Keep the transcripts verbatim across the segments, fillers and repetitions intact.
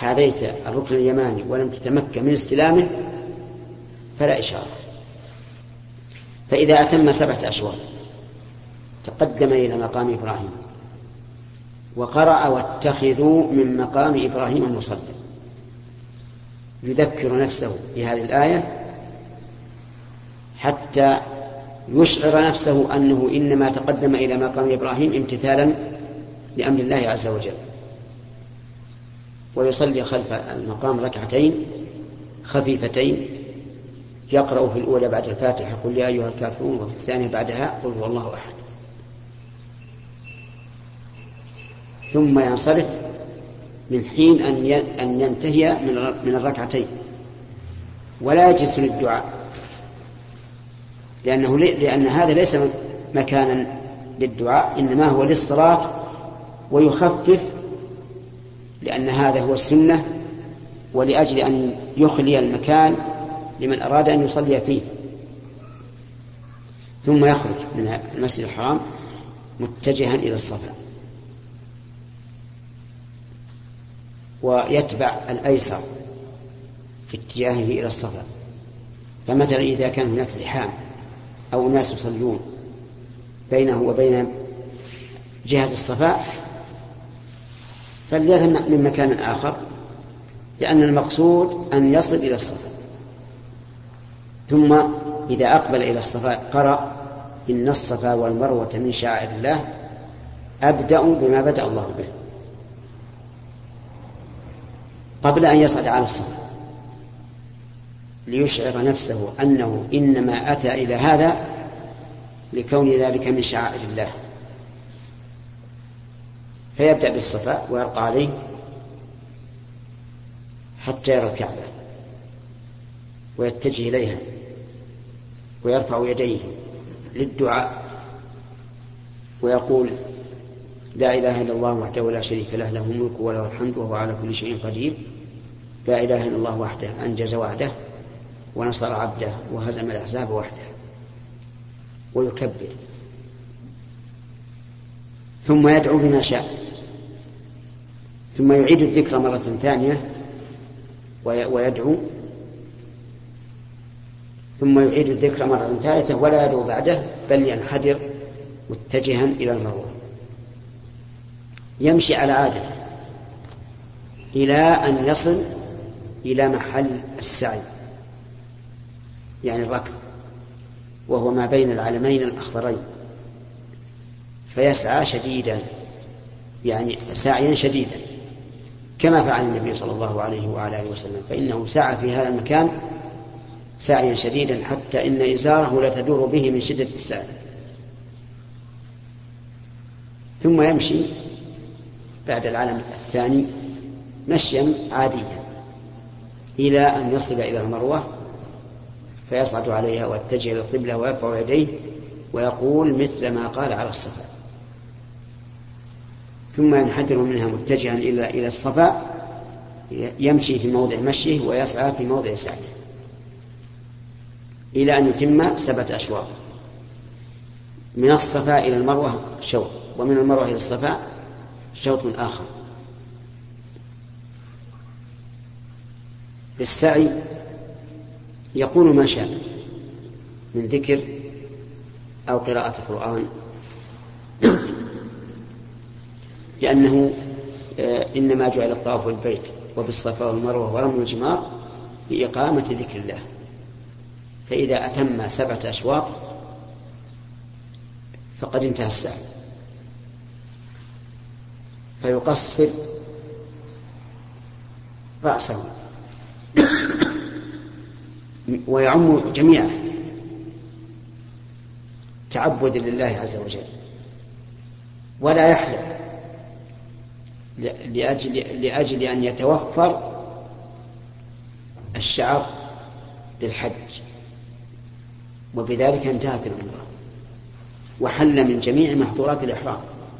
حاذيت الركن اليماني ولم تتمكن من استلامه فلا إشارة. فإذا أتم سبعة أشواط تقدم إلى مقام إبراهيم وقرأ واتخذوا من مقام إبراهيم مصلى، يذكر نفسه بهذه الآية حتى يشعر نفسه أنه إنما تقدم إلى مقام إبراهيم امتثالا لأمر الله عز وجل، ويصلي خلف المقام ركعتين خفيفتين، يقرأ في الأولى بعد الفاتحة قل يا أيها الكافرون، وفي الثانية بعدها قل هو الله أحد، ثم ينصرف من حين أن ينتهي من الركعتين، ولا يجلس للدعاء، لأنه لأن هذا ليس مكانا للدعاء، إنما هو للصلاة، ويخفف لأن هذا هو السنة، ولأجل أن يخلي المكان لمن أراد أن يصلي فيه. ثم يخرج من المسجد الحرام متجها إلى الصفا، ويتبع الأيسر في اتجاهه إلى الصفا. فمثلا إذا كان هناك زحام أو ناس يصلون بينه وبين جهة الصفا فليذهب من مكان آخر، لأن المقصود أن يصل إلى الصفا. ثم إذا أقبل إلى الصفا قرأ إن الصفا والمروة من شعائر الله أبدأ بما بدأ الله به، قبل أن يصعد على الصفا، ليشعر نفسه أنه إنما أتى إلى هذا لكون ذلك من شعائر الله، فيبدأ بالصفا ويرقى عليه حتى يرى الكعبة ويتجه إليها ويرفع يديه للدعاء ويقول لا إله إلا الله وحده لا شريك له، له الملك وله الحمد وهو على كل شيء قدير، لا إله إلا الله وحده أنجز وعده ونصر عبده وهزم الأحزاب وحده، ويكبر. ثم يدعو بما شاء، ثم يعيد الذكر مرة ثانية ويدعو، ثم يعيد الذكر مرة ثالثة ولا يدعو بعده، بل ينحدر متجها إلى المروة، يمشي على عادته إلى أن يصل إلى محل السعي، يعني الركض، وهو ما بين العلمين الأخضرين، فيسعى شديدا، يعني سعيا شديدا، كما فعل النبي صلى الله عليه وعلى آله وسلم، فإنه سعى في هذا المكان سعيا شديدا حتى إن إزاره لا تدور به من شدة السعي. ثم يمشي بعد العلم الثاني مشيا عاديا إلى أن يصل إلى المروة، فيصعد عليها ويتجه إلى القبلة ويرفع يديه ويقول مثل ما قال على الصفا، ثم ينحدر منها متجها إلى إلى الصفا، يمشي في موضع مشيه ويسعى في موضع سعيه إلى أن يتم سبعة أشواط. من الصفا إلى المروة شوط، ومن المروة إلى الصفا شوط آخر. بالسعي يقول ما شاء من ذكر أو قراءة القرآن، لأنه إنما جعل الطواف بالبيت وبالصفا والمروة ورمي الجمار لإقامة ذكر الله، فإذا أتم سبعة أشواط فقد انتهى السعي، فيقصر رأسه ويعم جميعه تعبد لله عز وجل، ولا يحلق لأجل, لأجل أن يتوفر الشعر للحج، وبذلك انتهت العمرة وحل من جميع محظورات الإحرام،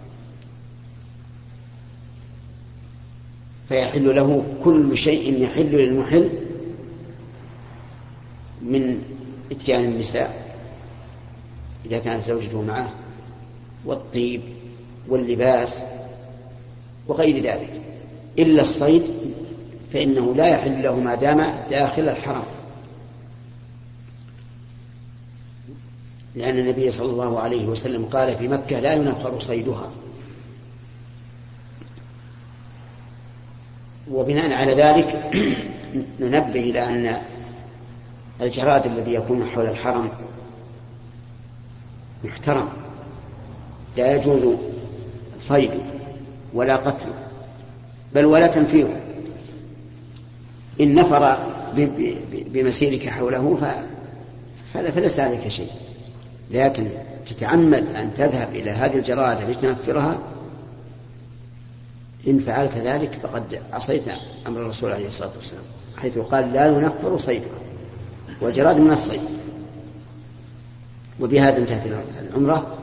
فيحل له كل شيء يحل للمحل من اتيان النساء إذا كانت زوجته معه، والطيب واللباس وغير ذلك، إلا الصيد فإنه لا يحل له ما دام داخل الحرم، لأن النبي صلى الله عليه وسلم قال في مكة لا ينفر صيدها. وبناء على ذلك ننبه إلى أن الجراد الذي يكون حول الحرم محترم، لا يجوز صيده ولا قتله، بل ولا تنفيره. إن نفر بمسيرك حوله فليس عليك شيء، لكن تتعمد أن تذهب إلى هذه الجرادة لتنفرها، إن فعلت ذلك فقد عصيت أمر الرسول عليه الصلاة والسلام، حيث قال لا ينفر صيدها، والجراد من الصيد. وبهذا انتهت العمرة،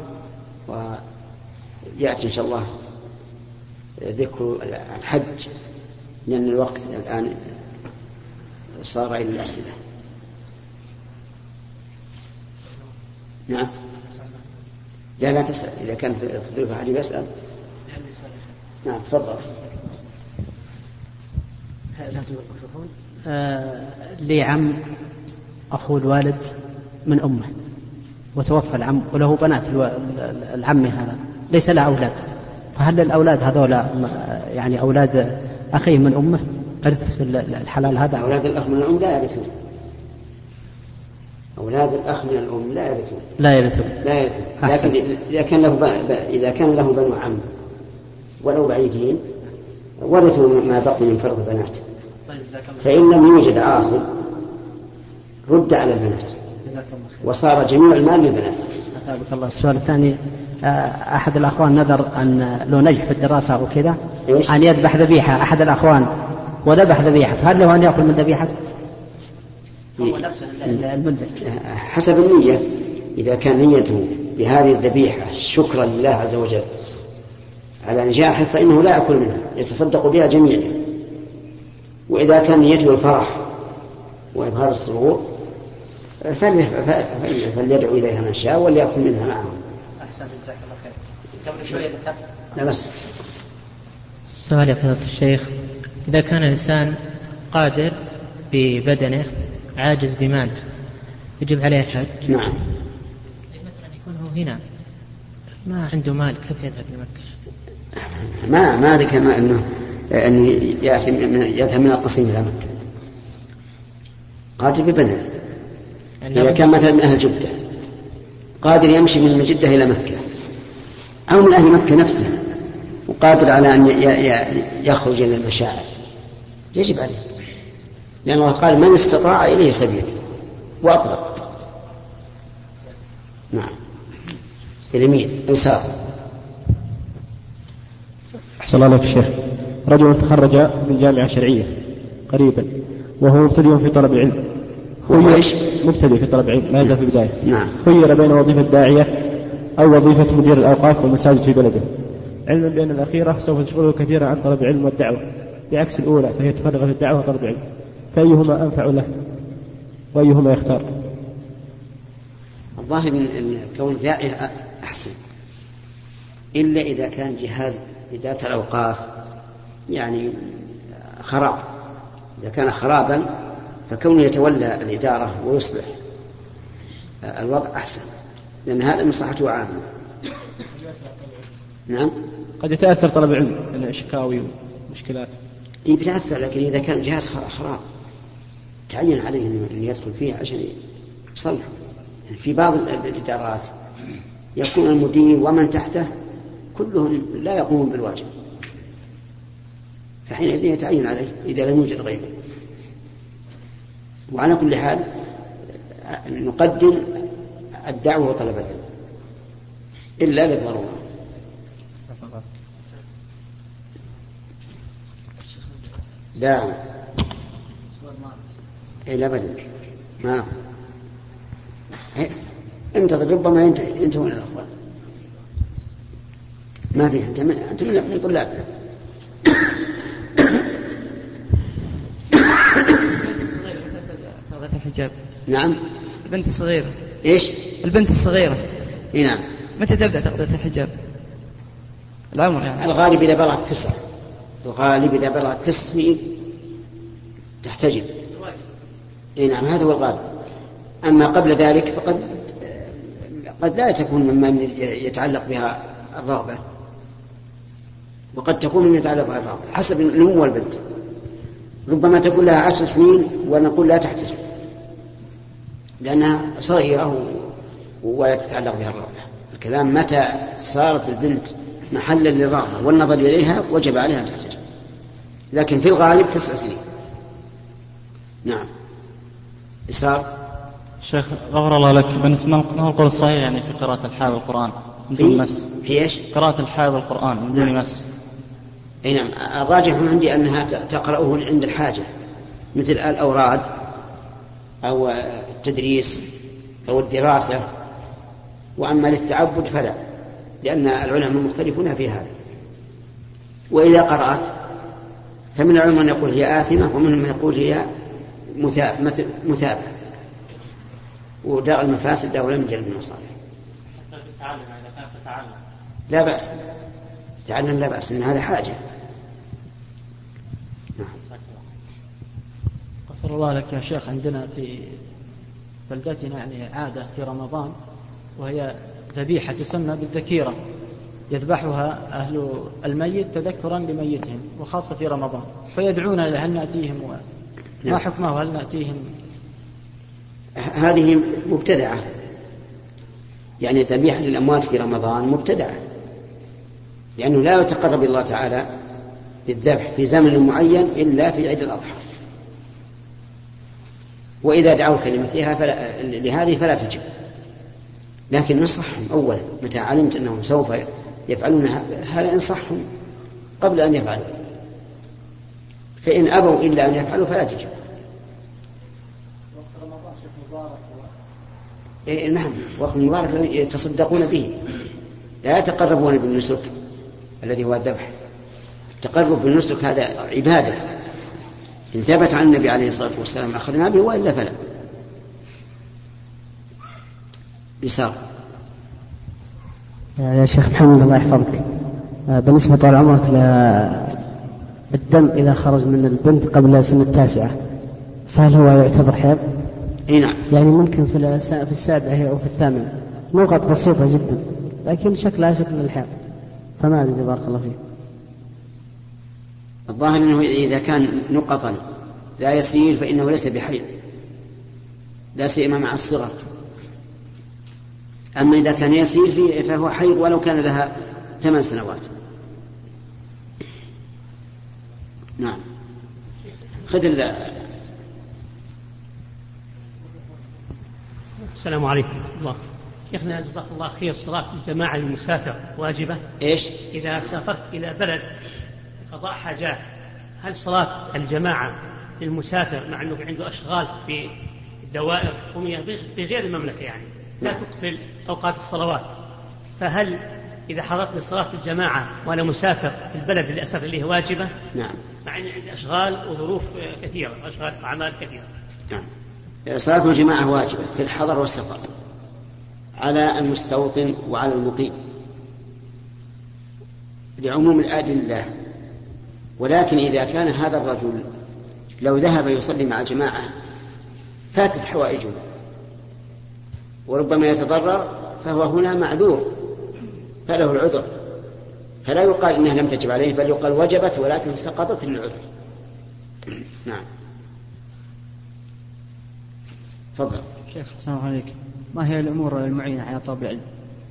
ويأتي إن شاء الله ذكر الحج، لأن الوقت الآن صار إلى الأسئلة. نعم. لا لا تسأل، إذا كان في ذلك أحد يسأل. نعم تفضل. لازم الميكروفون. آه لي عم أخو الوالد من أمه، وتوفى العم وله بنات العم هذا ليس له أولاد، فهل الأولاد هذولا يعني أولاد أخيه من أمه أرث في الحلال هذا؟ أولاد الأخ من الأم لا يرثون. أولاد الأخ من الأم لا يرثون. لا يرثون. لا يرثون. لكن إذا كان له ب... إذا كان له بنو عم ولو بعيدين ورثوا ما بقي من فرض بنات. فإن لم يوجد عاصب رد على البنات وصار جميع المال للبنات. أتابك الله. السؤال الثاني، أحد الأخوان نذر أن لو نجح في الدراسة أو كذا أن يذبح ذبيحة، أحد الأخوان وذبح ذبيحة، فهل له أن يأكل من ذبيحة؟ حسب النية. إذا كان نيته بهذه الذبيحة شكرا لله عز وجل على نجاحه فإنه لا يأكل منها، يتصدق بها جميعا. وإذا كان نيته الفرح وإظهار السرور فليدعو إليها من شاء وليأكل منها معهم. أحسن، جزاك الله خير. قبل شوية ذكرت. لا بس. السؤال يا فضيلة الشيخ، إذا كان الإنسان قادر ببدنه عاجز بماله يجب عليه الحج؟ نعم. مثلا يكون هو هنا ما عنده مال، كيف يذهب لمكة؟ ما ما ذكرنا أنه أن يذهب من القصيم إلى مكة، قادر ببدنه. إذا كان مثلا من أهل جدة قادر يمشي من جدة إلى مكة، أو من أهل مكة نفسه وقادر على أن يخرج إلى المشاعر يجب عليه، لأن الله قال من استطاع إليه سبيل وأطلق. نعم. اليمين يسار. أحسن الله عليك الشيخ. رجل تخرج من جامعة شرعية قريبا وهو مبتدئ في طلب العلم، مبتدئ في طلب العلم ما يزال في البداية. نعم. خير بين وظيفة داعية أو وظيفة مدير الأوقاف والمساجد في بلده، علما بأن الأخيرة سوف تشغله كثيرا عن طلب العلم والدعوة، بعكس الأولى فهي تفرغ في الدعوة وطلب العلم، فأيهما أنفع له وأيهما يختار؟ الظاهر أن كون داعي أحسن، إلا إذا كان جهاز إدارة الأوقاف يعني خراب. إذا كان خرابا فكونه يتولى الإدارة ويصلح الوضع أحسن، لأن هذا مصلحته عامة. نعم. قد يتأثر طلب العلم الشكاوي ومشكلات. إيه بتأثر، لكن إذا كان جهاز خراب تعين عليه أن يدخل فيه عشان يصلح. يعني في بعض الإدارات يكون المدير ومن تحته كلهم لا يقومون بالواجب، فحينئذ يتعين عليه إذا لم يوجد غيره. وعلى كل حال نقدم الدعوة وطلب العلم إلا للضرورة. داعم إلى بدل ما انتظر، ربما ينتهي انت من الأخوان ما فيه. أنت من, أنت من طلاب. الحجاب. نعم. البنت الصغيرة. إيش؟ البنت الصغيرة. إيه نعم. متى تبدأ تقضية الحجاب؟ العمر يعني. الغالب إذا بلغت تسع، الغالب إذا بلغت تسع سنين تحتجب. إيه نعم هذا هو الغالب. أما قبل ذلك فقد قد لا تكون ممن يتعلق بها الرغبة، وقد تكون ممن يتعلق بها الرغبة حسب نمو البنت. ربما تكون لها عشر سنين ونقول لا تحتجب لأنها صغيرة ولا تتعلق بها الرغبة. الكلام متى صارت البنت محلا للرغبة والنظر إليها وجب عليها أن تحتجب، لكن في الغالب تسع سنين. نعم. إسراء. شيخ غفر الله لك، بالنسبة للقول الصحيح يعني في قراءة الحائض القرآن من دون مس. في إيش؟ قراءة الحائض القرآن من دون مس. أي نعم. الراجح عندي أنها تقرأه عند الحاجة مثل الأوراد أو التدريس أو الدراسة، وأما للتعبد فلا، لأن العلماء مختلفون في هذا. وإذا قرأت فمن العلماء من يقول هي آثمة ومن من يقول هي مثابة، وداء المفاسد داء لم يجلب المصالح. حتى تتعلم إذا كانت تتعلم لا بأس، تتعلم لا بأس، إن هذا حاجة. غفر الله لك يا شيخ، عندنا في بلدتنا يعني عادة في رمضان وهي ذبيحة تسمى بالذكيرة، يذبحها أهل الميت تذكرا لميتهم وخاصة في رمضان، فيدعون هل نأتيهم و... ما حكمه هل نأتيهم؟ هذه مبتدعة، يعني ذبيحة للأموات في رمضان مبتدعة، لأنه لا يتقرب الله تعالى بالذبح في زمن معين إلا في عيد الأضحى، وإذا دعوك لمثلها فلا لهذه فلا تجب. لكن نصحهم أولا متى علمت أنهم سوف يفعلون هذا، انصحهم قبل أن يفعلوا، فإن أبوا إلا أن يفعلوا فلا تجب. إيه نعم، وقت مبارك يتصدقون به، لا يتقربون بالنسك الذي هو الذبح. التقرب بالنسك هذا عبادة إن ثبت عن النبي عليه الصلاة والسلام أخذنا به، وإلا فلا. بسار. يا شيخ محمد الله يحفظك، بالنسبة طال عمرك للدم إذا خرج من البنت قبل سن التاسعة فهل هو يعتبر حيض؟ اي نعم. يعني ممكن في في السابعة أو في الثامنة نقط بسيطة جدا لكن شكلها شكل الحيض، فما أدري بارك الله فيك. الظاهر أنه إذا كان نقطا لا يسير فإنه ليس بحيض، لا سيما مع الصغر. أما إذا كان يسير فيه فهو حيض ولو كان لها ثمان سنوات. نعم. خذ ال السلام عليكم الله. شيخنا جزاك الله خير، صلاة الجماعة للمسافر واجبة؟ إيش؟ إذا سافرت إلى بلد قضاء حاجات هل صلاة الجماعة للمسافر مع أنه عنده أشغال في الدوائر الحكومية في غير المملكة يعني لا تقفل أوقات الصلوات، فهل إذا حضرت لصلاة الجماعة وأنا مسافر في البلد اللي أسافر إليه واجبة؟ نعم. مع أن عندي أشغال وظروف كثيرة، أشغال أعمال كثيرة. نعم. صلاة الجماعة واجبة في الحضر والسفر على المستوطن وعلى المقيم لعموم الآية لله. ولكن إذا كان هذا الرجل لو ذهب يصلي مع الجماعة فاتت حوائجه وربما يتضرر فهو هنا معذور فله العذر، فلا يقال إنها لم تجب عليه بل يقال وجبت ولكن سقطت للعذر. نعم. تفضل. شيخ السلام عليكم، ما هي الأمور المعينة على طلب العلم؟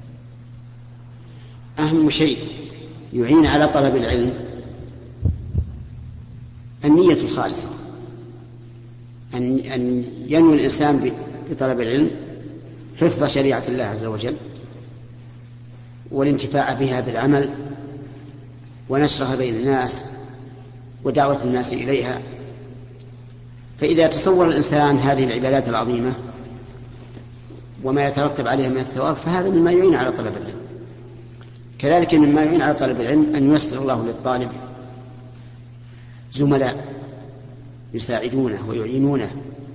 أهم شيء يعين على طلب العلم النية الخالصة، أن أن ينوي الإنسان بطلب العلم حفظ شريعة الله عز وجل والانتفاع بها بالعمل ونشرها بين الناس ودعوة الناس إليها. فإذا تصور الإنسان هذه العبادات العظيمة وما يترتب عليها من الثواب فهذا مما يعين على طلب العلم. كذلك مما يعين على طلب العلم أن ييسر الله للطالب زملاء يساعدونه ويعينونه،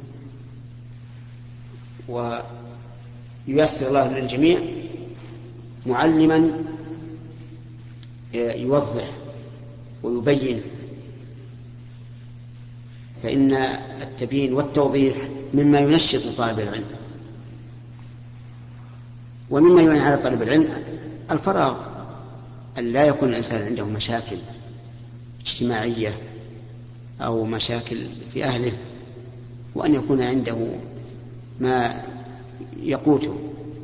وييسر الله للجميع معلما يوضح ويبين فإن التبيين والتوضيح مما ينشط طالب العلم، ومما يعين على طالب العلم الفراغ، أن لا يكون الإنسان عنده مشاكل اجتماعية أو مشاكل في أهله، وأن يكون عنده ما يقوته.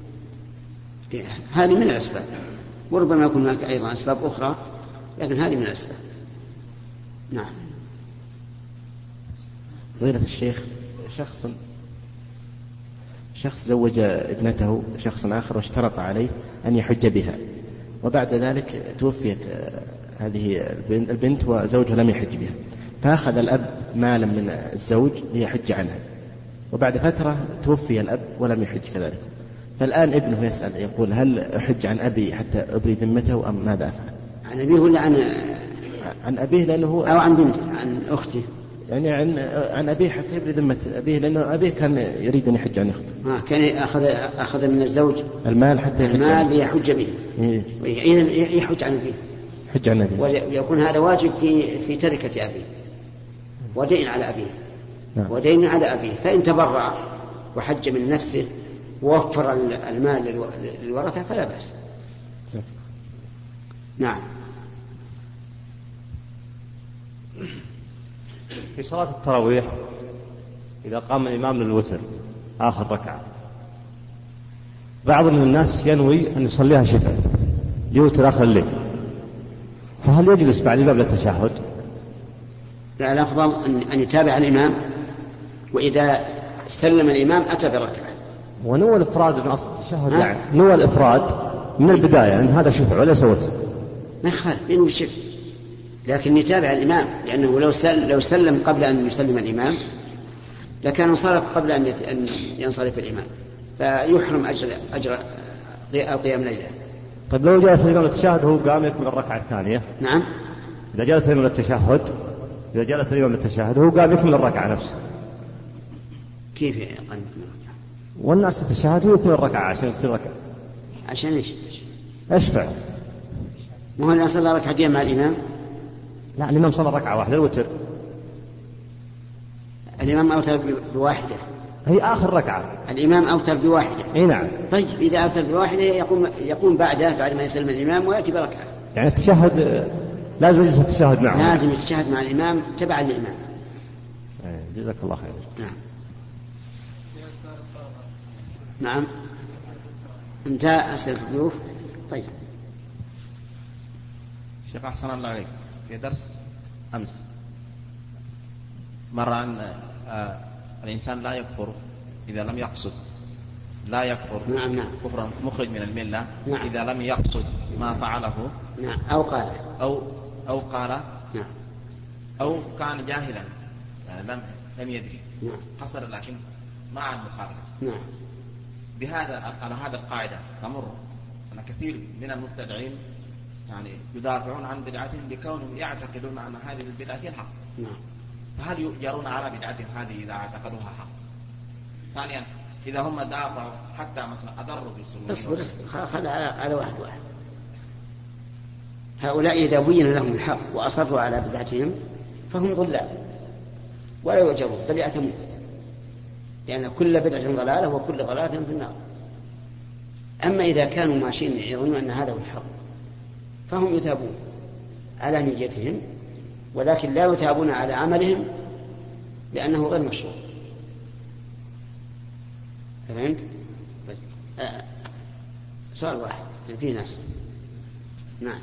هذه من الأسباب، وربما يكون هناك أيضا أسباب أخرى، لكن هذه من الأسباب. نعم. فضيلة الشيخ، شخص شخص زوج ابنته شخص آخر واشترط عليه أن يحج بها، وبعد ذلك توفيت هذه البنت وزوجها لم يحج بها، فأخذ الأب مالا من الزوج ليحج عنها، وبعد فترة توفي الأب ولم يحج كذلك، فالآن ابنه يسأل يقول هل أحج عن أبي حتى أبري ذمته أم ماذا أفعل؟ عن أبيه ولا عن عن أبيه لأنه هو أو عن بنته عن أخته؟ يعني عن عن أبيه حتى يبري ذمة أبيه، لأنه أبيه كان يريد أن يحج عن أخته. آه كان أخذ أخذ من الزوج المال حتى يحج المال ليحج به. إذن يحج عن أبيه. حج عن أبيه. ويكون هذا واجب في في تركة أبيه، ودين على أبيه. نعم. ودين على أبيه، فإن تبرع وحج من نفسه ووفر المال للورثة فلا بأس. نعم. في صلاة التراويح إذا قام الإمام للوتر آخر ركعة، بعض من الناس ينوي أن يصليها شفع ليوتر آخر الليل، فهل يجلس بعد الإمام للتشهد؟ لا، الأفضل أن يتابع الإمام، وإذا سلم الإمام أتى بركعة. ونوى الإفراد من أصل التشهد، يعني نوى الإفراد من البداية أن هذا شفع ولا سوت ما يخالف ينوي الشفع، لكن يتابع الإمام، لأنه لو سلم, لو سلم قبل أن يسلم الإمام لكان انصرف قبل أن ينصرف الإمام، فيحرم أجر أجر القيام ليلة. طيب لو جلس الإمام للتشهد هو قام يكمل الركعة الثانية؟ نعم. إذا جلس الإمام للتشهد إذا جلس الإمام للتشهد هو قام يكمل الركعة نفسه، كيف يقام يكمل الركعة؟ والناس تتشهد هو يكمل الركعة عشان يصير ركعة. عشان إيش؟ أشفع. ما هو اللي صلى ركعتين مع الإمام؟ لا، الإمام صلى ركعة واحدة الوتر. الإمام أوتر بواحدة. هي آخر ركعة. الإمام أوتر بواحدة. أي نعم. طيب إذا أوتر بواحدة يقوم يقوم بعده بعد ما يسلم الإمام ويأتي بركعة. يعني التشهد لازم يجلس التشهد معه. لازم يتشهد مع الإمام تبعا للإمام. جزاك الله خير. نعم. نعم. انتهى أسئلة الضيوف. طيب. شيخ أحسن الله عليك، في درس أمس مر أن آه الإنسان لا يكفر إذا لم يقصد، لا يكفر نعم نعم. كفرا مخرج من الملة نعم. إذا لم يقصد ما فعله نعم. أو قال أو أو قال نعم. أو كان جاهلا يعني لم لم يدري نعم. حصل لكن مع المخالفة. نعم. بهذا على هذا القاعدة تمر أن كثير من المبتدعين يعني يدافعون عن بدعتهم لكونهم يعتقدون أن هذه البدعة هي الحق. نعم. فهل يؤجرون على بدعتهم هذه إذا اعتقدوها حق؟ ثانيا إذا هم دافعوا حتى مثلا أضروا بالسنة. اصبر اصبر خذ على على واحد واحد. هؤلاء إذا بين لهم الحق وأصروا على بدعتهم فهم ضلال ولا يؤجرون بل يأثمون، لأن كل بدعة ضلالة وكل ضلالة في النار. أما إذا كانوا ماشيين يظنون أن هذا هو الحق فهم يثابون على نيتهم، ولكن لا يثابون على عملهم لأنه غير مشروع. فهمت؟ طيب. آه. سؤال واحد في ناس. نعم.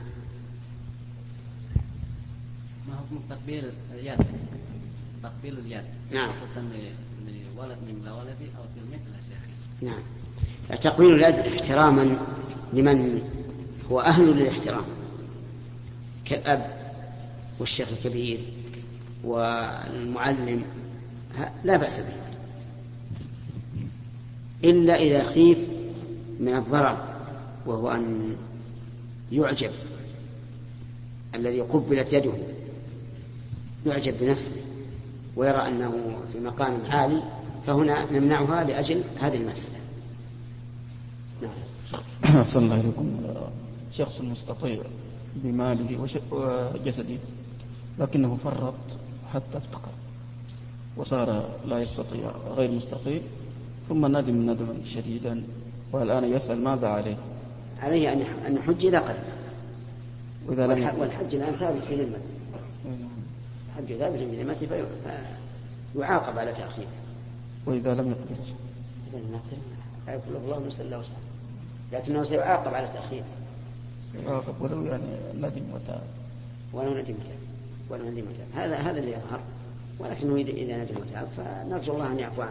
ما حكم تقبيل اليد؟ تقبيل اليد. نعم. خاصة لولد من ولدي أو في المثل يا شيخ. نعم. تقبيل اليد احتراما لمن هو أهل للاحترام كالأب والشيخ الكبير والمعلم لا بأس به، إلا إذا خيف من الضرر، وهو أن يعجب الذي قبلت يده يعجب بنفسه ويرى أنه في مقام عالي، فهنا نمنعها لأجل هذه المفسدة. نعم. صلى الله عليكم. شخص مستطيع بماله وجسده لكنه فرط حتى افتقر، وصار لا يستطيع غير مستطيع ثم ندم ندما شديدا والآن يسأل ماذا عليه؟ عليه أن يحج إذا قدر، والحج الآن ثابت في ذمته، الحج ثابت في ذمته فيعاقب على تأخيره. وإذا لم يقدر إذا لم يقدر الله نسأل الله وسلم، لكنه سيعاقب على تأخيره، سيعاقب ولو يعني ندم وتاب، ولو ندم وتاب ولو ندم وتاب هذا هذا اللي يظهر، ولكنه إذا ندم وتاب فنرجو الله أن يعفو عنه.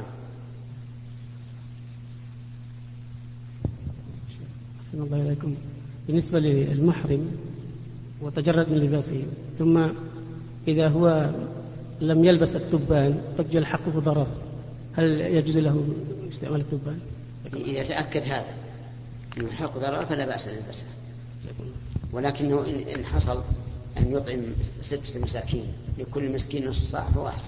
أحسن الله إليكم. بالنسبة للمحرم وتجرد من لباسه ثم إذا هو لم يلبس الثوبان قد يلحقه ضرر، هل يجوز له استعمال الثوبان؟ إذا تأكد هذا أنه يلحقه ضرر فلا بأس للبسه، ولكنه إن حصل أن يطعم ستة مساكين لكل مسكين نصف صاع فهو أحسن.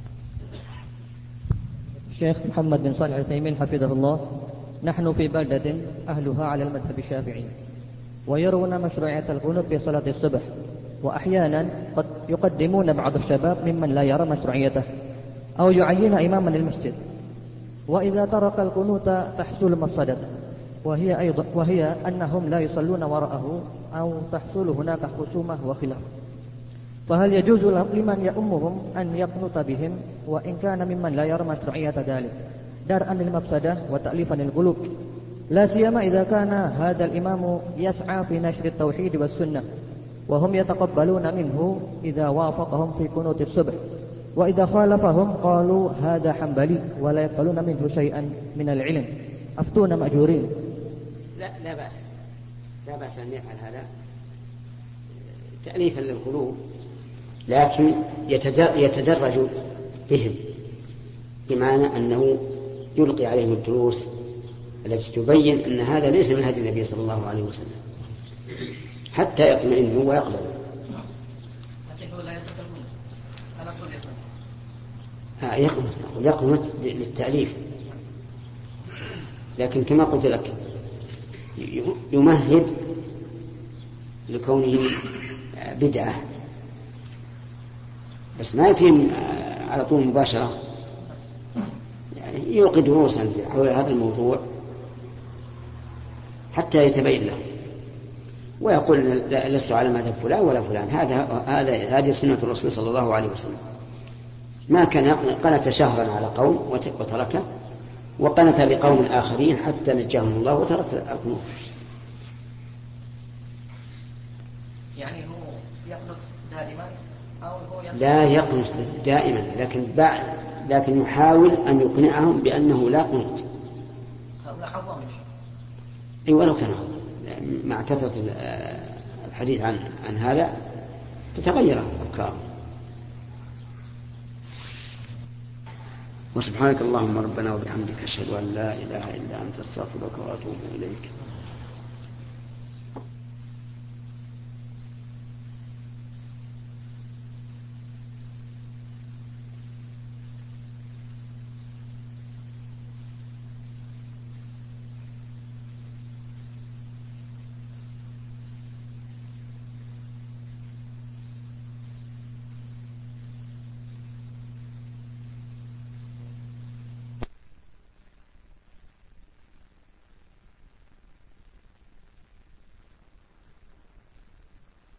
الشيخ محمد بن صالح العثيمين حفظه الله: نحن في بلدة أهلها على المذهب الشافعي، ويرون مشروعية القنوت في صلاة الصبح، وأحيانا قد يقدمون بعض الشباب ممن لا يرى مشروعيته أو يعين إماما للمسجد، وإذا ترك القنوت تحصل مفسدة، وهي أيضا وهي أنهم لا يصلون وراءه أو تحصل هناك خصومة وخلاف. فهل يجوز لمن يؤمهم أن يقنط بهم وإن كان ممن لا يرى مشروعية ذلك درءا للمفسدة وتأليفا للقلوب، لا سيما إذا كان هذا الإمام يسعى في نشر التوحيد والسنة وهم يتقبلون منه إذا وافقهم في قنوت الصبح، وإذا خالفهم قالوا هذا حنبلي ولا يقبلون منه شيئا من العلم، أفتون مأجورين. لا لا بأس لا بأس أن يفعل هذا تأليفا للقلوب، لكن يتدرج بهم، بمعنى أنه يلقي عليهم الدروس التي تبين أن هذا ليس من هدي النبي صلى الله عليه وسلم حتى يطمئنوا ويقبلوا. يقنط يقنط للتأليف، لكن كما قلت لك يمهد لكونه بدعة، بس ما يتم على طول مباشرة، يعني يلقي دروسا حول هذا الموضوع حتى يتبين له، ويقول لست على مذهب فلان ولا فلان، هذا هذا هذه سنة الرسول صلى الله عليه وسلم، ما كان قنت شهرا على قوم وتركه، وقنت لقوم آخرين حتى نجاهم الله وترك القنوت. يعني هو يقنط دائما أو هو يقنط؟ لا يقنط دائما، لكن بعد لكن يحاول أن يقنعهم بأنه لا قنوت. هؤلاء عوام أي ولو كان مع كثرة الحديث عن عن هذا تتغير أفكارهم. وسبحانك اللهم ربنا وبحمدك أشهد أن لا إله إلا أنت أستغفرك وأتوب إليك.